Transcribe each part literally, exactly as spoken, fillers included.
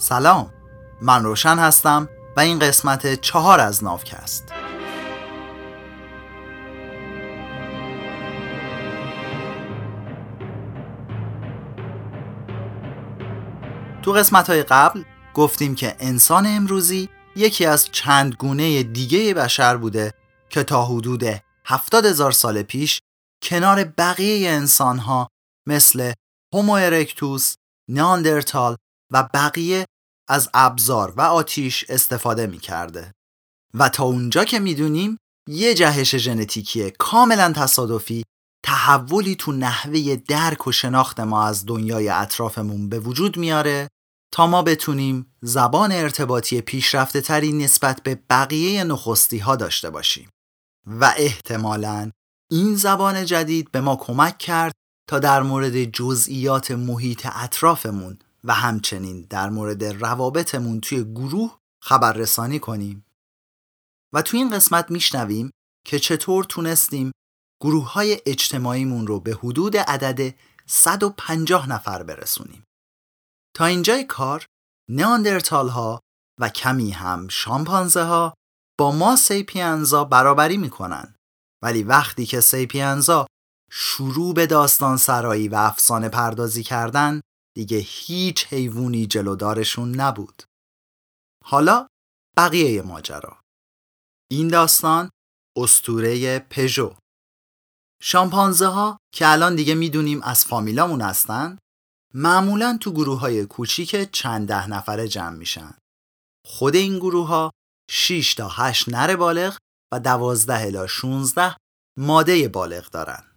سلام، من روشن هستم و این قسمت چهار از ناوکست. تو قسمت‌های قبل گفتیم که انسان امروزی یکی از چند گونه دیگه بشر بوده که تا حدود هفتاد هزار سال پیش کنار بقیه انسان‌ها مثل هومو ارکتوس، نیاندرتال و بقیه از ابزار و آتیش استفاده می‌کرده و تا اونجا که می‌دونیم یه جهش ژنتیکی کاملا تصادفی تحولی تو نحوه درک و شناخت ما از دنیای اطرافمون به وجود میاره تا ما بتونیم زبان ارتباطی پیشرفته تری نسبت به بقیه نخستی ها داشته باشیم و احتمالاً این زبان جدید به ما کمک کرد تا در مورد جزئیات محیط اطرافمون و همچنین در مورد روابطمون توی گروه خبررسانی کنیم. و توی این قسمت میشنویم که چطور تونستیم گروه‌های اجتماعیمون رو به حدود عدد صد و پنجاه نفر برسونیم. تا اینجای کار نیاندرتال ها و کمی هم شامپانزه ها با ما سیپینزا برابری میکنن، ولی وقتی که سیپینزا شروع به داستان سرایی و افسانه پردازی کردن دیگه هیچ حیوانی جلودارشون نبود. حالا بقیه ماجرا. این داستان اسطوره پژو. شامپانزه ها که الان دیگه میدونیم از فامیلامون هستن معمولاً تو گروه‌های کوچیک چند ده نفره جمع میشن. خود این گروه‌ها شش تا هشت نر بالغ و دوازده الی شانزده ماده بالغ دارن.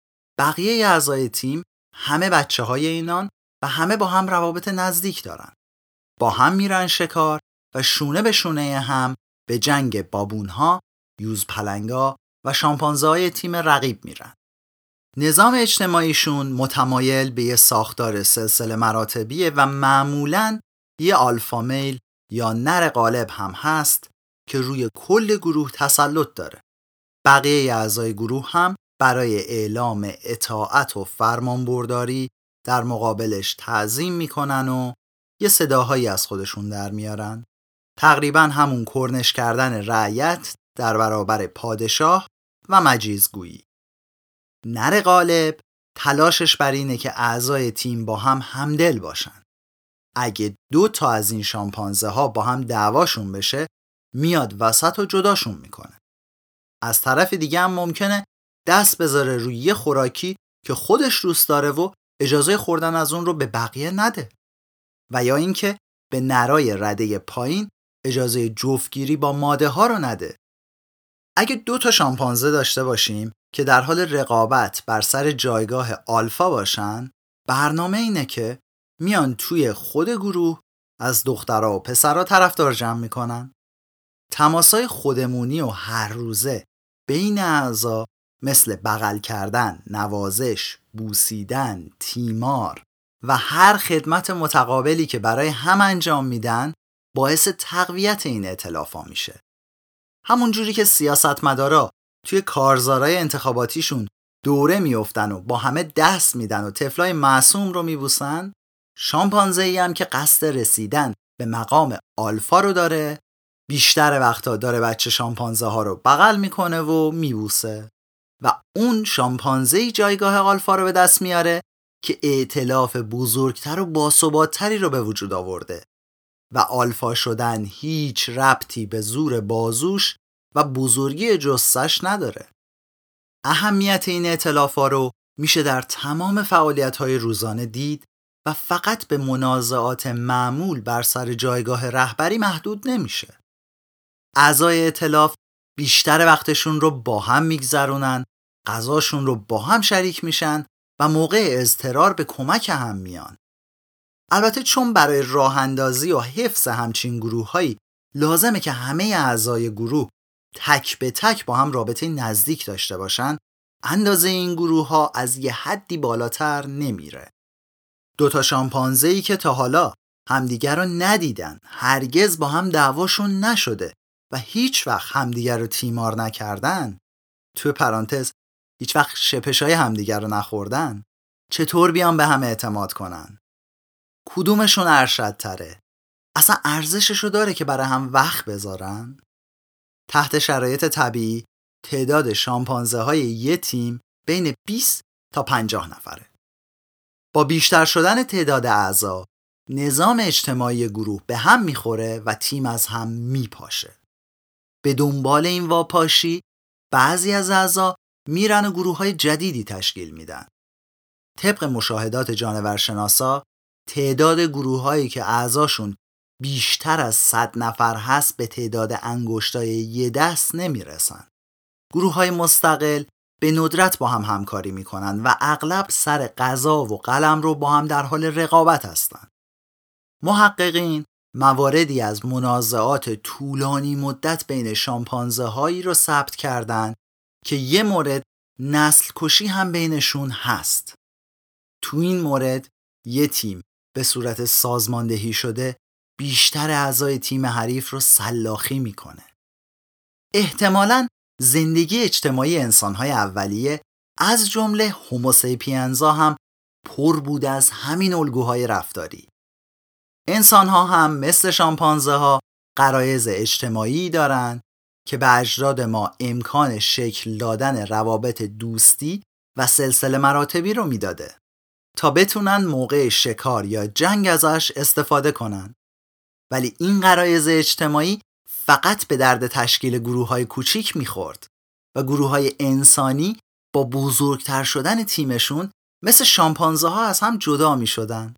بقیه اعضای تیم همه بچه‌های اینان و همه با هم روابط نزدیک دارن. با هم میرن شکار و شونه به شونه هم به جنگ بابون‌ها، یوزپلنگا و شامپانزه‌های تیم رقیب میرن. نظام اجتماعیشون متمایل به یه ساختار سلسله مراتبیه و معمولاً یه آلفا میل یا نر غالب هم هست که روی کل گروه تسلط داره. بقیه اعضای گروه هم برای اعلام اطاعت و فرمانبرداری در مقابلش تعظیم میکنن و یه صداهایی از خودشون در میارن. تقریباً همون کرنش کردن رعیت در برابر پادشاه و مجیزگویی. نر غالب تلاشش بر اینه که اعضای تیم با هم همدل باشن. اگه دو تا از این شامپانزه ها با هم دعواشون بشه میاد وسط و جداشون میکنه. از طرف دیگه هم ممکنه دست بذاره روی یه خوراکی که خودش دوست داره و اجازه خوردن از اون رو به بقیه نده. و یا اینکه به نرای رده پایین اجازه جفتگیری با ماده ها رو نده. اگه دو تا شامپانزه داشته باشیم که در حال رقابت بر سر جایگاه آلفا باشن، برنامه اینه که میان توی خود گروه از دخترها و پسرها طرفدار جمع میکنن. تماسای خودمونی و هر روزه بین اعضا مثل بغل کردن، نوازش، بوسیدن، تیمار و هر خدمت متقابلی که برای هم انجام میدن باعث تقویت این ائتلافا میشه. همون جوری که سیاستمدارا توی کارزارای انتخاباتیشون دوره میافتن و با همه دست میدن و طفلای معصوم رو میبوسن، شامپانزه‌ای هم که قصد رسیدن به مقام آلفا رو داره بیشتر وقتا داره بچه شامپانزه ها رو بغل میکنه و میبوسه و اون شامپانزه‌ای جایگاه آلفا رو به دست میاره که ائتلاف بزرگتر و باثبات‌تری رو به وجود آورده و آلفا شدن هیچ ربطی به زور بازوش و بزرگی جثه‌ش نداره. اهمیت این ائتلاف‌ها رو میشه در تمام فعالیت‌های روزانه دید و فقط به منازعات معمول بر سر جایگاه رهبری محدود نمیشه. اعضای ائتلاف بیشتر وقتشون رو با هم میگذرونن، غذاشون رو با هم شریک میشن و موقع اضطرار به کمک هم میان. البته چون برای راه اندازی و حفظ همچین گروه‌هایی لازمه که همه اعضای گروه تک به تک با هم رابطه نزدیک داشته باشن، اندازه این گروه‌ها از یه حدی بالاتر نمیره. دو تا شامپانزه‌ای که تا حالا همدیگر رو ندیدن، هرگز با هم دعواشون نشده و هیچ وقت همدیگر رو تیمار نکردن، تو پرانتز هیچ وقت شپشای همدیگر رو نخوردن، چطور بیان به هم اعتماد کنن؟ کدومشون ارشدتره؟ اصلا ارزششو داره که برای هم وقت بذارن؟ تحت شرایط طبیعی تعداد شامپانزه های یه تیم بین بیست تا پنجاه نفره. با بیشتر شدن تعداد اعضا، نظام اجتماعی گروه به هم میخوره و تیم از هم میپاشه. به دنبال این واپاشی، بعضی از اعضا میرن و گروه های جدیدی تشکیل میدن. طبق مشاهدات جانورشناسا، تعداد گروه هایی که اعضاشون بیشتر از صد نفر هست به تعداد انگشتای یه دست نمیرسن. گروه های مستقل به ندرت با هم همکاری میکنن و اغلب سر غذا و قلم رو با هم در حال رقابت هستن. محققین مواردی از منازعات طولانی مدت بین شامپانزه هایی رو ثبت کردن که یه مورد نسل کشی هم بینشون هست. تو این مورد یه تیم به صورت سازماندهی شده بیشتر اعضای تیم حریف رو سلاخی میکنه. احتمالاً زندگی اجتماعی انسان‌های اولیه از جمله هوموسیپینزا هم پر بود از همین الگوهای رفتاری. انسان‌ها هم مثل شامپانزه ها غرایز اجتماعی دارن که به اجداد ما امکان شکل دادن روابط دوستی و سلسله مراتبی رو میداده تا بتونن موقع شکار یا جنگ ازش استفاده کنن. ولی این غرایز اجتماعی فقط به درد تشکیل گروه‌های کوچیک میخورد و گروه‌های انسانی با بزرگتر شدن تیمشون مثل شامپانزه ها از هم جدا میشدن.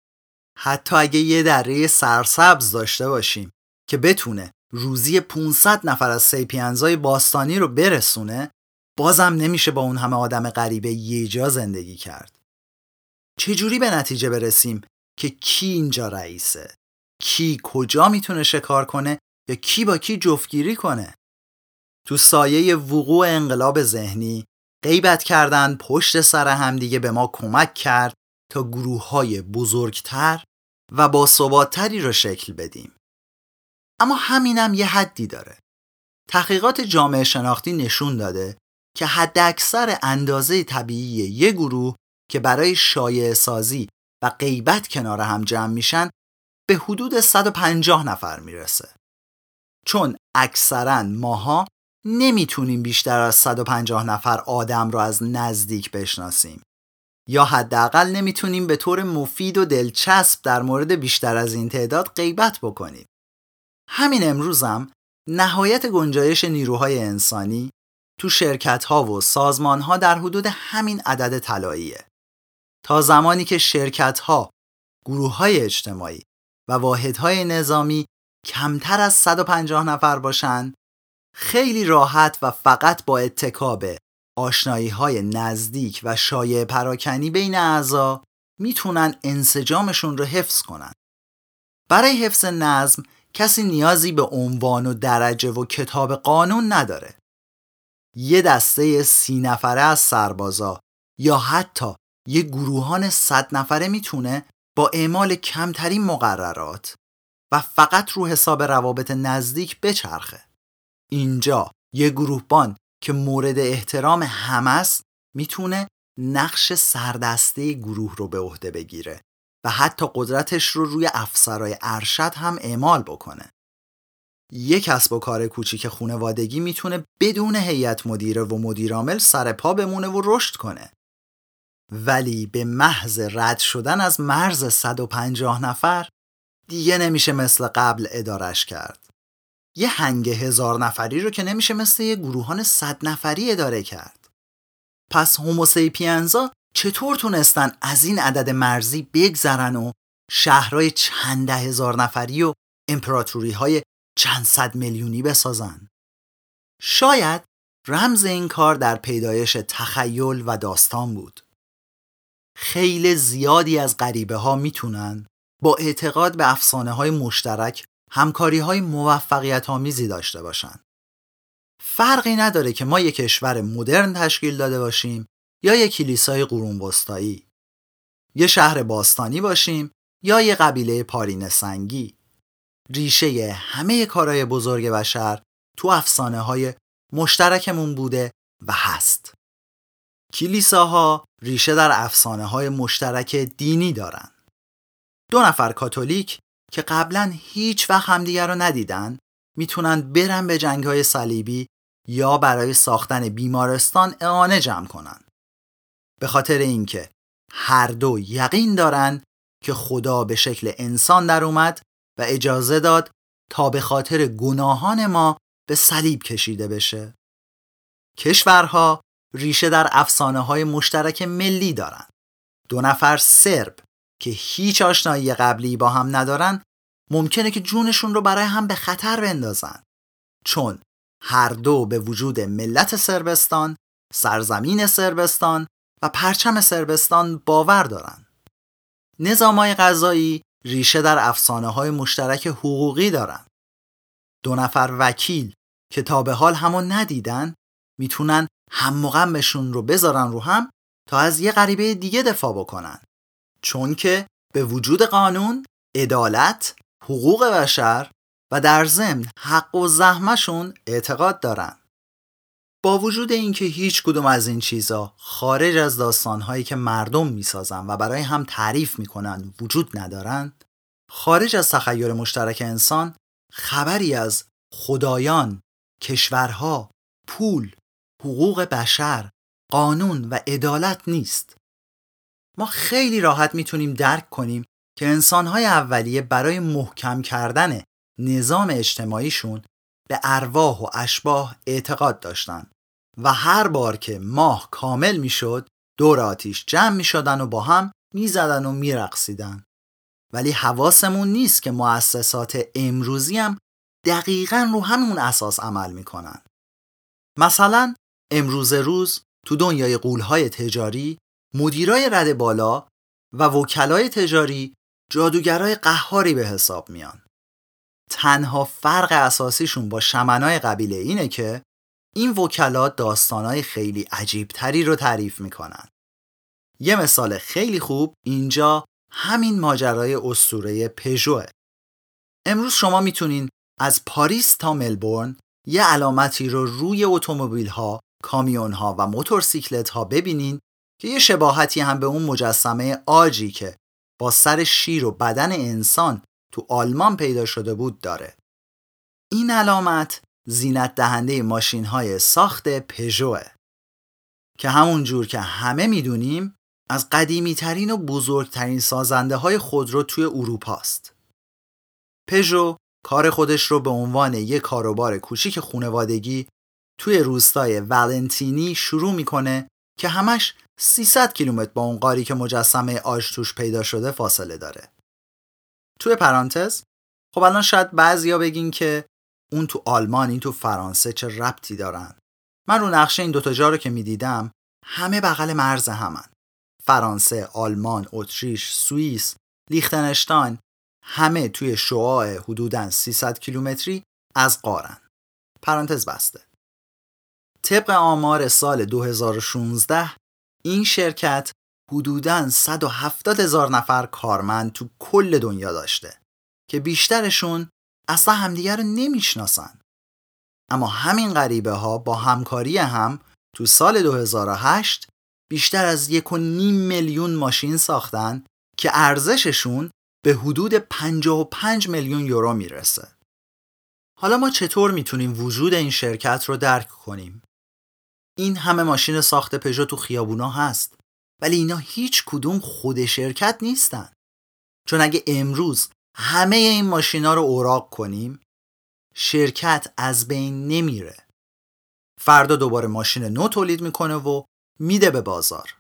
حتی اگه یه دره سرسبز داشته باشیم که بتونه روزی پانصد نفر از سیپینزای باستانی رو برسونه، بازم نمیشه با اون همه آدم غریبه یه جا زندگی کرد. چجوری به نتیجه برسیم که کی اینجا رئیسه؟ کی کجا میتونه شکار کنه یا کی با کی جفتگیری کنه؟ تو سایه وقوع انقلاب ذهنی، غیبت کردن پشت سر هم دیگه به ما کمک کرد تا گروه‌های بزرگتر و با ثبات‌تری رو شکل بدیم. اما همینم یه حدی داره. تحقیقات جامعه شناختی نشون داده که حداکثر اندازه طبیعی یه گروه که برای شایعه سازی و غیبت کنار هم جمع میشن به حدود صد و پنجاه نفر میرسه. چون اکثراً ماها نمیتونیم بیشتر از صد و پنجاه نفر آدم رو از نزدیک بشناسیم یا حداقل نمیتونیم به طور مفید و دلچسب در مورد بیشتر از این تعداد غیبت بکنیم. همین امروزم نهایت گنجایش نیروهای انسانی تو شرکت‌ها و سازمان‌ها در حدود همین عدد طلاییه. تا زمانی که شرکت‌ها، گروه‌های اجتماعی و واحدهای نظامی کمتر از صد و پنجاه نفر باشن، خیلی راحت و فقط با اتکا به آشنایی‌های نزدیک و شایع پراکنی بین اعضا میتونن انسجامشون رو حفظ کنن. برای حفظ نظم کسی نیازی به عنوان و درجه و کتاب قانون نداره. یه دسته سی نفره از سربازا یا حتی یه گروهان صد نفره میتونه با اعمال کمترین مقررات و فقط رو حساب روابط نزدیک بچرخه. اینجا یه گروهبان که مورد احترام همه است میتونه نقش سردسته گروه رو به عهده بگیره و حتی قدرتش رو روی افسرهای ارشد هم اعمال بکنه. یک کسب و کار کوچیک خانوادگی میتونه بدون هیئت مدیره و مدیر عامل سر پا بمونه و رشد کنه. ولی به محض رد شدن از مرز صد و پنجاه نفر دیگه نمیشه مثل قبل ادارش کرد. یه هنگ هزار نفری رو که نمیشه مثل یه گروهان صد نفری اداره کرد. پس هوموسیپینزا چطور تونستن از این عدد مرزی بگذرن و شهرهای چند ده هزار نفری و امپراتوری های چند صد میلیونی بسازن؟ شاید رمز این کار در پیدایش تخیل و داستان بود. خیلی زیادی از غریبه ها میتونن با اعتقاد به افسانه های مشترک همکاری های موفقیت آمیزی داشته باشن. فرقی نداره که ما یک کشور مدرن تشکیل داده باشیم یا یک کلیسای قرون وسطایی، یه شهر باستانی باشیم یا یه قبیله پارینه سنگی. ریشه همه کارهای بزرگ بشر تو افسانه های مشترکمون بوده و هست. کلیساها ریشه در افسانه های مشترک دینی دارن. دو نفر کاتولیک که قبلا هیچ وقت همدیگر رو ندیدن میتونن برن به جنگ‌های صلیبی یا برای ساختن بیمارستان اعانه جمع کنن. به خاطر اینکه هر دو یقین دارن که خدا به شکل انسان در اومد و اجازه داد تا به خاطر گناهان ما به صلیب کشیده بشه. کشورها ریشه در افسانه‌های مشترک ملی دارن. دو نفر سرب که هیچ آشنایی قبلی با هم ندارن ممکنه که جونشون رو برای هم به خطر بندازن، چون هر دو به وجود ملت صربستان، سرزمین صربستان و پرچم صربستان باور دارن. نظام‌های قضایی ریشه در افسانه‌های مشترک حقوقی دارن. دو نفر وکیل که تا به حال همو ندیدن میتونن هم و غمشون رو بذارن رو هم تا از یه غریبه دیگه دفاع بکنن، چون که به وجود قانون، عدالت، حقوق بشر و در ضمن حق و زحمه‌شون اعتقاد دارن. با وجود اینکه هیچ کدوم از این چیزا خارج از داستان‌هایی که مردم میسازن و برای هم تعریف میکنن وجود ندارن، خارج از تخیل مشترک انسان خبری از خدایان، کشورها، پول، حقوق بشر، قانون و عدالت نیست. ما خیلی راحت میتونیم درک کنیم که انسان‌های اولیه برای محکم کردن نظام اجتماعیشون به ارواح و اشباح اعتقاد داشتن و هر بار که ماه کامل میشد دور آتیش جمع میشدن و با هم میزدن و میرقصیدن. ولی حواسمون نیست که مؤسسات امروزی هم دقیقاً رو همون اساس عمل میکنن. مثلا امروز روز تو دنیای غول‌های تجاری مدیرای رده بالا و وکلای تجاری جادوگرای قهاری به حساب میان. تنها فرق اساسیشون با شمنای قبیله اینه که این وکلا داستانای خیلی عجیب تری رو تعریف میکنن. یه مثال خیلی خوب اینجا همین ماجرای اسطوره پژوه. امروز شما میتونین از پاریس تا ملبورن یه علامتی رو روی اتومبیل‌ها، کامیون‌ها و موتورسیکلت‌ها ببینین که یه شباهتی هم به اون مجسمه عاجی که با سر شیر و بدن انسان تو آلمان پیدا شده بود داره. این علامت زینت دهنده ماشین‌های ساخت پژوه که همون جور که همه میدونیم از قدیمی ترین و بزرگترین سازنده های خودرو توی اروپا است. پژو کار خودش رو به عنوان یک کاروبار کوچیک خانوادگی توی روستای ولنتینی شروع میکنه که همش سیصد کیلومتر با اون غاری که مجسمه آژ توش پیدا شده فاصله داره. توی پرانتز خب الان شاید بعضیا بگین که اون تو آلمان این تو فرانسه چه ربطی دارن. من رو نقشه این دوتا جا رو که میدیدم همه بغل مرز همن. فرانسه، آلمان، اتریش، سوئیس، لیختنشتاین همه توی شعاع حدوداً سیصد کیلومتری از غارن. پرانتز بسته. طبق آمار سال دو هزار و شانزده این شرکت حدوداً صد و هفتاد هزار نفر کارمند تو کل دنیا داشته که بیشترشون اصلا همدیگر رو نمیشناسن. اما همین غریبه ها با همکاری هم تو سال دو هزار و هشت بیشتر از یک و نیم میلیون ماشین ساختن که ارزششون به حدود پنجاه و پنج میلیون یورو میرسه. حالا ما چطور میتونیم وجود این شرکت رو درک کنیم؟ این همه ماشین ساخت پژو تو خیابونا هست، ولی اینا هیچ کدوم خود شرکت نیستن. چون اگه امروز همه این ماشینا رو اوراق کنیم، شرکت از بین نمیره. فردا دوباره ماشین نو تولید میکنه و میده به بازار.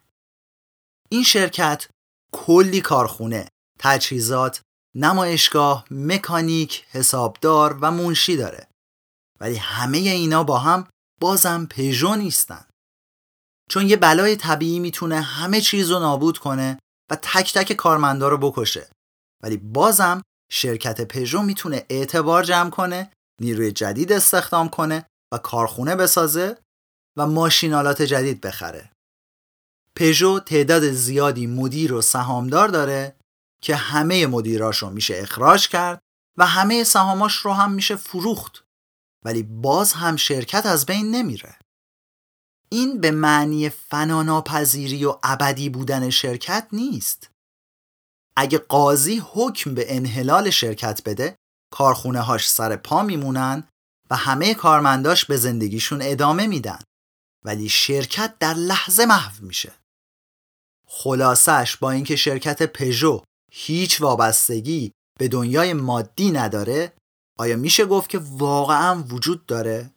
این شرکت کلی کارخونه، تجهیزات، نمایشگاه، مکانیک، حسابدار و منشی داره. ولی همه اینا با هم بازم پژو نیستن. چون یه بلای طبیعی میتونه همه چیز رو نابود کنه و تک تک کارمندا رو بکشه. ولی بازم شرکت پژو میتونه اعتبار جمع کنه، نیروی جدید استخدام کنه و کارخونه بسازه و ماشینالات جدید بخره. پژو تعداد زیادی مدیر و سهامدار داره که همه مدیراشو میشه اخراج کرد و همه سهاماش رو هم میشه فروخت، ولی باز هم شرکت از بین نمیره. این به معنی فناناپذیری و ابدی بودن شرکت نیست. اگه قاضی حکم به انحلال شرکت بده، کارخونه هاش سر پا میمونن و همه کارمنداش به زندگیشون ادامه میدن، ولی شرکت در لحظه محو میشه. خلاصش با اینکه شرکت پژو هیچ وابستگی به دنیای مادی نداره، آیا میشه گفت که واقعا وجود داره؟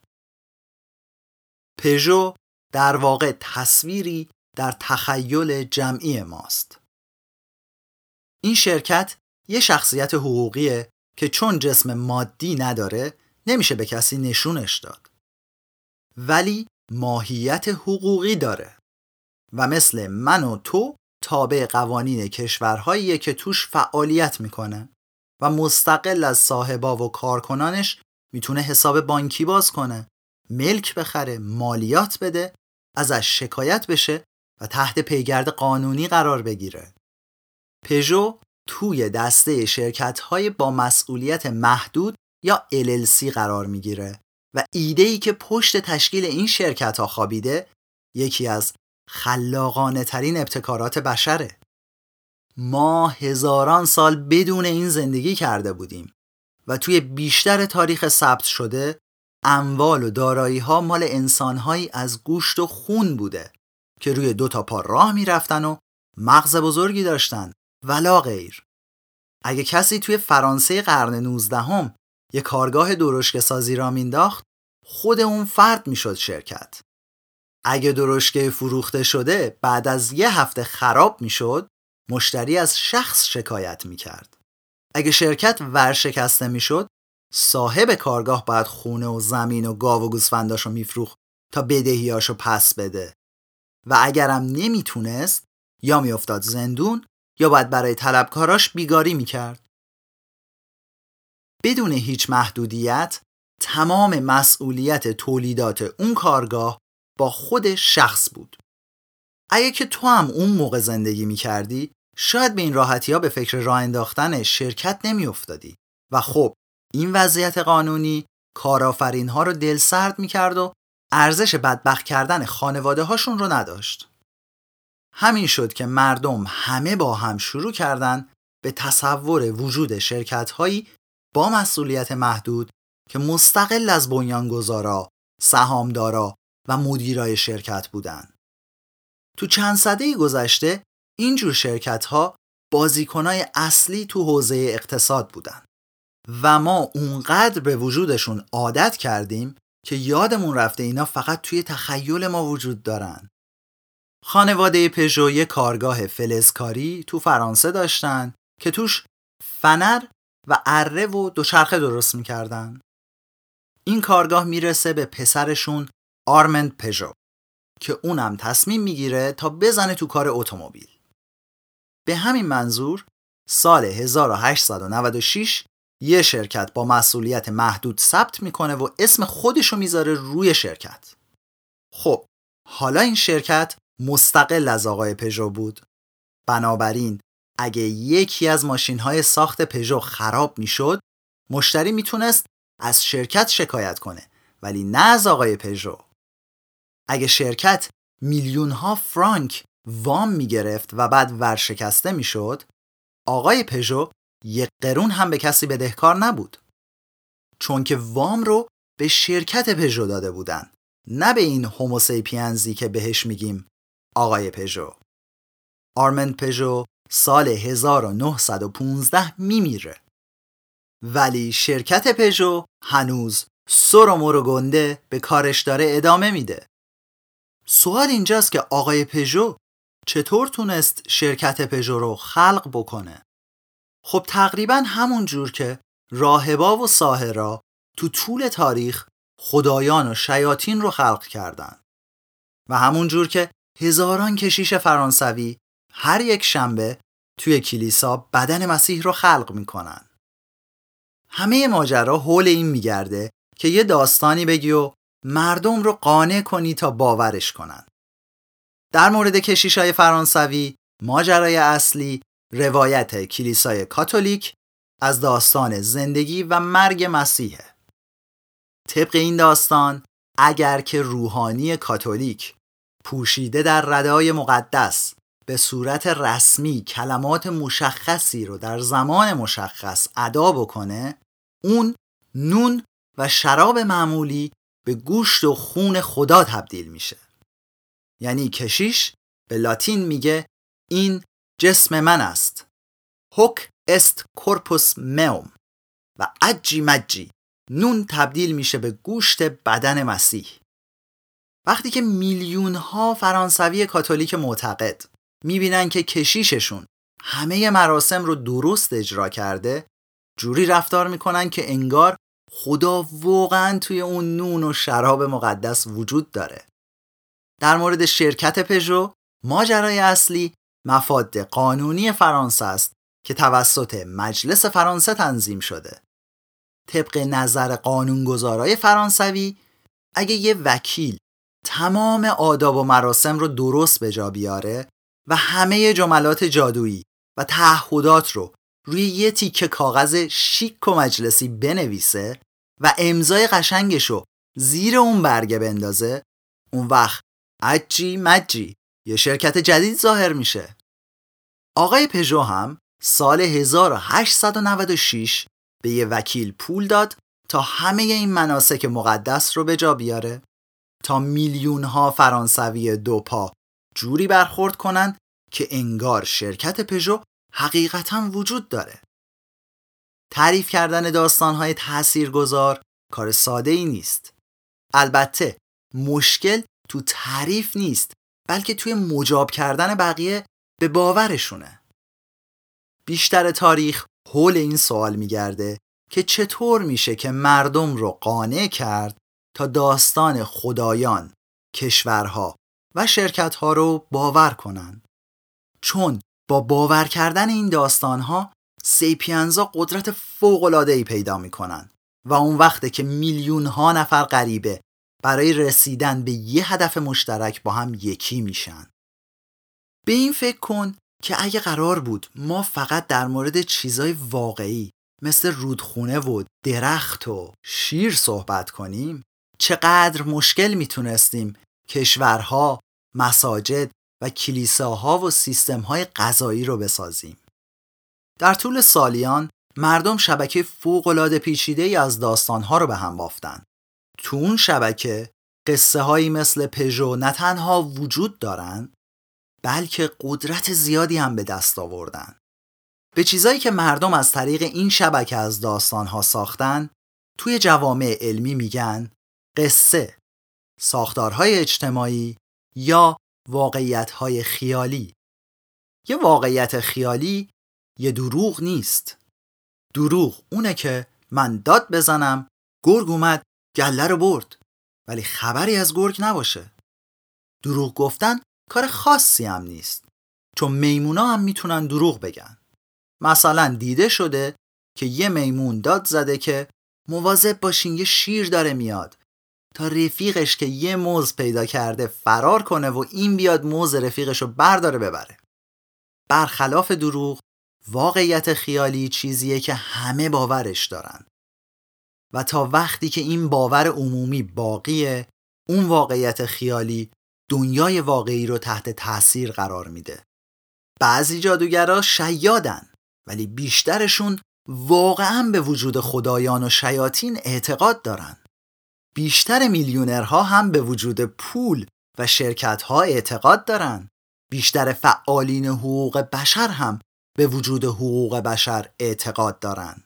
پژو در واقع تصویری در تخیل جمعی ماست. این شرکت یه شخصیت حقوقیه که چون جسم مادی نداره نمیشه به کسی نشونش داد، ولی ماهیت حقوقی داره و مثل من و تو تابع قوانین کشورهاییه که توش فعالیت میکنه و مستقل از صاحبا و کارکنانش میتونه حساب بانکی باز کنه، ملک بخره، مالیات بده، ازش شکایت بشه و تحت پیگرد قانونی قرار بگیره. پژو توی دسته شرکت‌های با مسئولیت محدود یا ال ال سی قرار میگیره و ایده‌ای که پشت تشکیل این شرکت‌ها خوابیده یکی از خلاقانه ترین ابتکارات بشره. ما هزاران سال بدون این زندگی کرده بودیم و توی بیشتر تاریخ ثبت شده اموال و دارایی‌ها مال انسان‌هایی از گوشت و خون بوده که روی دو تا پا راه می‌رفتن و مغز بزرگی داشتن ولا غیر. اگه کسی توی فرانسه قرن نوزدهم یه کارگاه درشکه سازی را مینداخت، خود اون فرد میشد شرکت. اگه درشکه فروخته شده بعد از یه هفته خراب میشد، مشتری از شخص شکایت میکرد. اگه شرکت ورشکسته میشد، صاحب کارگاه باید خونه و زمین و گاو و گوسفنداشو میفروخت تا بدهیاشو پس بده و اگرم نمیتونست یا میافتاد زندون یا باید برای طلبکاراش بیگاری میکرد. بدون هیچ محدودیت تمام مسئولیت تولیدات اون کارگاه با خود شخص بود. اگه که تو هم اون موقع زندگی میکردی شاید به این راحتی ها به فکر راه انداختن شرکت نمی افتادی و خب این وضعیت قانونی کارآفرین ها رو دلسرد میکرد و ارزش بدبخت کردن خانواده هاشون رو نداشت. همین شد که مردم همه با هم شروع کردن به تصور وجود شرکت هایی با مسئولیت محدود که مستقل از بنیانگذارا، سهامدارا و مدیرای شرکت بودن. تو چند سده گذشته اینجور شرکت ها بازیکنای اصلی تو حوزه اقتصاد بودن و ما اونقدر به وجودشون عادت کردیم که یادمون رفته اینا فقط توی تخیل ما وجود دارن. خانواده پژو یک کارگاه فلزکاری تو فرانسه داشتن که توش فنر و اره و دوچرخه درست میکردن. این کارگاه میرسه به پسرشون آرمند پژو که اونم تصمیم میگیره تا بزنه تو کار اتومبیل. به همین منظور سال هزار و هشتصد و نود و شش یه شرکت با مسئولیت محدود ثبت میکنه و اسم خودشو میذاره روی شرکت. خب حالا این شرکت مستقل از آقای پژو بود. بنابراین اگه یکی از ماشین‌های ساخت پژو خراب میشد، مشتری میتونست از شرکت شکایت کنه ولی نه از آقای پژو. اگه شرکت میلیون‌ها فرانک وام میگرفت و بعد ورشکسته میشد، آقای پژو یک قرون هم به کسی بدهکار نبود، چون که وام رو به شرکت پژو داده بودن، نه به این هوموسیپینزی که بهش میگیم آقای پژو. آرمند پژو سال هزار و نهصد و پانزده میمیره، ولی شرکت پژو هنوز سر و مر و گنده به کارش داره ادامه میده. سوال اینجاست که آقای پژو چطور تونست شرکت پژو رو خلق بکنه؟ خب تقریبا همون جور که راهبا و ساحرا تو طول تاریخ خدایان و شیاطین رو خلق کردن و همون جور که هزاران کشیش فرانسوی هر یک شنبه توی کلیسا بدن مسیح رو خلق میکنن. همه ماجرا حول این میگرده که یه داستانی بگی و مردم رو قانع کنی تا باورش کنن. در مورد کشیشای فرانسوی ماجرای اصلی روایت کلیسای کاتولیک از داستان زندگی و مرگ مسیحه. طبق این داستان اگر که روحانی کاتولیک پوشیده در ردای مقدس به صورت رسمی کلمات مشخصی رو در زمان مشخص ادا بکنه، اون نون و شراب معمولی به گوشت و خون خدا تبدیل میشه. یعنی کشیش به لاتین میگه این جسم من است، هوک است کورپوس meum، و عجی مجی نون تبدیل میشه به گوشت بدن مسیح. وقتی که میلیون ها فرانسوی کاتولیک معتقد میبینن که کشیششون همه مراسم رو درست اجرا کرده، جوری رفتار میکنن که انگار خدا واقعا توی اون نون و شراب مقدس وجود داره. در مورد شرکت پژو، ماجرای اصلی مفاد قانونی فرانسه است که توسط مجلس فرانسه تنظیم شده. طبق نظر قانونگذارای فرانسوی، اگه یه وکیل تمام آداب و مراسم رو درست به جا بیاره و همه جملات جادویی و تعهدات رو روی یه تیکه کاغذ شیک و مجلسی بنویسه و امضای قشنگش رو زیر اون برگه بندازه، اون وقت عجی مجی یه شرکت جدید ظاهر میشه. آقای پژو هم سال هزار و هشتصد و نود و شش به یه وکیل پول داد تا همه این مناسک مقدس رو به جا بیاره، تا میلیون ها فرانسوی دوپا جوری برخورد کنن که انگار شرکت پژو حقیقتاً وجود داره. تعریف کردن داستان‌های تاثیرگذار کار ساده ای نیست. البته مشکل تو تعریف نیست، بلکه توی مجاب کردن بقیه به باورشونه. بیشتر تاریخ حول این سوال میگرده که چطور میشه که مردم رو قانع کرد تا داستان خدایان، کشورها و شرکتها رو باور کنن. چون با باور کردن این داستانها سیپینزا قدرت فوق‌العاده‌ای پیدا میکنن و اون وقته که میلیون ها نفر غریبه برای رسیدن به یه هدف مشترک با هم یکی میشن. به این فکر کن که اگه قرار بود ما فقط در مورد چیزای واقعی مثل رودخونه و درخت و شیر صحبت کنیم، چقدر مشکل میتونستیم کشورها، مساجد و کلیساها و سیستم‌های غذایی رو بسازیم. در طول سالیان مردم شبکه فوق‌العاده پیچیده‌ای از داستان‌ها رو به هم بافتن. تو اون شبکه قصه هایی مثل پژو نه تنها وجود دارن، بلکه قدرت زیادی هم به دست آوردن. به چیزایی که مردم از طریق این شبکه از داستان‌ها ساختن، توی جوامع علمی میگن قصه، ساختارهای اجتماعی یا واقعیت‌های خیالی. یه واقعیت خیالی یه دروغ نیست. دروغ اونه که من داد بزنم، گرگ اومد گله رو برد، ولی خبری از گرگ نباشه. دروغ گفتن کار خاصی هم نیست، چون میمونا هم میتونن دروغ بگن. مثلا دیده شده که یه میمون داد زده که مواظب باشین یه شیر داره میاد، تا رفیقش که یه موز پیدا کرده فرار کنه و این بیاد موز رفیقش رو برداره ببره. برخلاف دروغ، واقعیت خیالی چیزیه که همه باورش دارن و تا وقتی که این باور عمومی باقیه، اون واقعیت خیالی دنیای واقعی رو تحت تاثیر قرار میده. بعضی جادوگرا شیادن، ولی بیشترشون واقعا به وجود خدایان و شیاطین اعتقاد دارن. بیشتر میلیونرها هم به وجود پول و شرکت‌ها اعتقاد دارن. بیشتر فعالین حقوق بشر هم به وجود حقوق بشر اعتقاد دارن.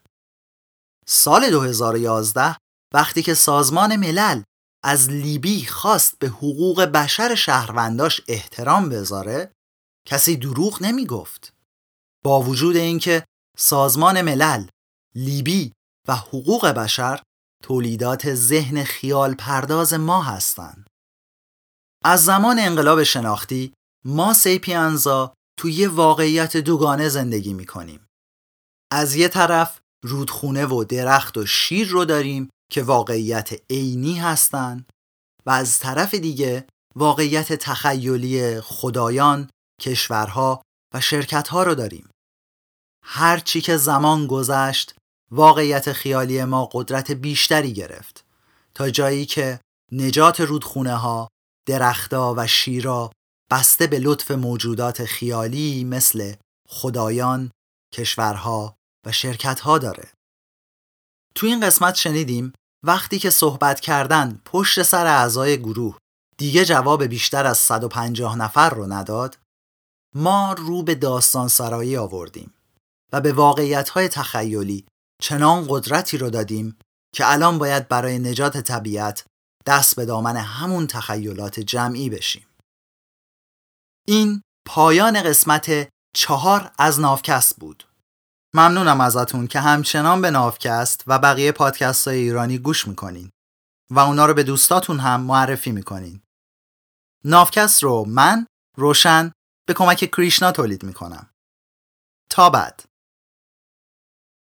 سال دو هزار و یازده وقتی که سازمان ملل از لیبی خواست به حقوق بشر شهرونداش احترام بذاره، کسی دروغ نمی گفت. با وجود اینکه سازمان ملل، لیبی و حقوق بشر تولیدات ذهن خیال پرداز ما هستند. از زمان انقلاب شناختی ما سیپینزا توی یه واقعیت دوگانه زندگی می کنیم. از یه طرف رودخونه و درخت و شیر رو داریم که واقعیت عینی هستن و از طرف دیگه واقعیت تخیلی خدایان، کشورها و شرکتها رو داریم. هر چی که زمان گذشت، واقعیت خیالی ما قدرت بیشتری گرفت تا جایی که نجات رودخونه ها، درختها و شیرها بسته به لطف موجودات خیالی مثل خدایان، کشورها و شرکتها داره. تو این قسمت شنیدیم وقتی که صحبت کردن پشت سر اعضای گروه دیگه جواب بیشتر از صد و پنجاه نفر رو نداد، ما رو به داستان سرایی آوردیم و به واقعیت‌های تخیلی چنان قدرتی رو دادیم که الان باید برای نجات طبیعت دست به دامن همون تخیلات جمعی بشیم. این پایان قسمت چهار از ناوکست بود. ممنونم ازتون که همچنان به ناوکست و بقیه پادکست های ایرانی گوش میکنین و اونا رو به دوستاتون هم معرفی میکنین. ناوکست رو من، روشن، به کمک کریشنا تولید میکنم. تا بعد.